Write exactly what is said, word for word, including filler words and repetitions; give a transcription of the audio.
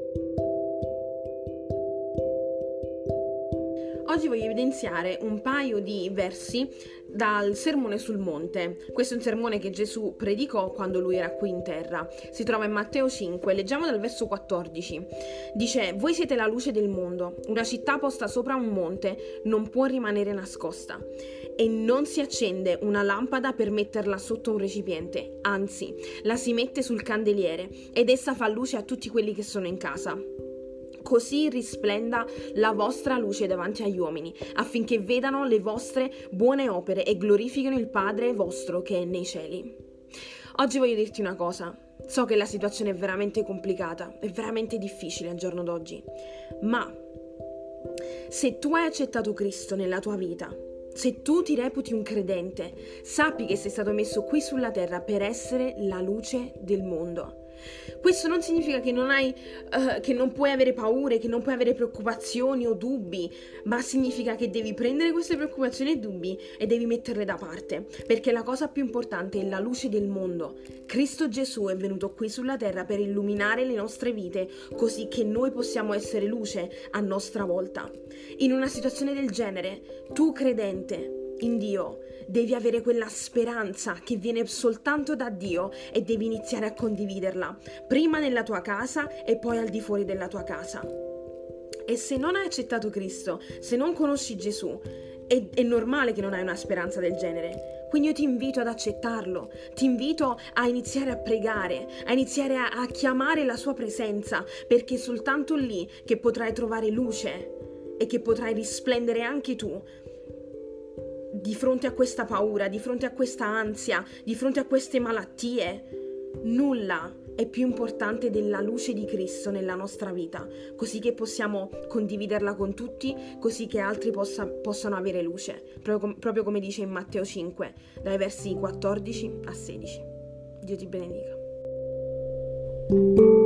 Oggi voglio evidenziare un paio di versi dal Sermone sul Monte. Questo è un sermone che Gesù predicò quando lui era qui in terra. Si trova in Matteo cinque, leggiamo dal verso quattordici. Dice: voi siete la luce del mondo, una città posta sopra un monte non può rimanere nascosta. E non si accende una lampada per metterla sotto un recipiente, anzi, la si mette sul candeliere ed essa fa luce a tutti quelli che sono in casa. Così risplenda la vostra luce davanti agli uomini, affinché vedano le vostre buone opere e glorifichino il Padre vostro che è nei cieli. Oggi voglio dirti una cosa. So che la situazione è veramente complicata, è veramente difficile al giorno d'oggi, ma se tu hai accettato Cristo nella tua vita, se tu ti reputi un credente, sappi che sei stato messo qui sulla terra per essere la luce del mondo. Questo non significa che non hai, uh, che non puoi avere paure, che non puoi avere preoccupazioni o dubbi, ma significa che devi prendere queste preoccupazioni e dubbi e devi metterle da parte, perché la cosa più importante è la luce del mondo. Cristo Gesù è venuto qui sulla terra per illuminare le nostre vite, così che noi possiamo essere luce a nostra volta. In una situazione del genere, tu credente in Dio devi avere quella speranza che viene soltanto da Dio e devi iniziare a condividerla, prima nella tua casa e poi al di fuori della tua casa. E se non hai accettato Cristo, se non conosci Gesù, è, è normale che non hai una speranza del genere. Quindi io ti invito ad accettarlo, ti invito a iniziare a pregare, a iniziare a, a chiamare la sua presenza, perché è soltanto lì che potrai trovare luce e che potrai risplendere anche tu di fronte a questa paura, di fronte a questa ansia, di fronte a queste malattie. Nulla è più importante della luce di Cristo nella nostra vita, così che possiamo condividerla con tutti, così che altri possa, possano avere luce, proprio, com- proprio come dice in Matteo cinque, dai versi quattordici a sedici. Dio ti benedica.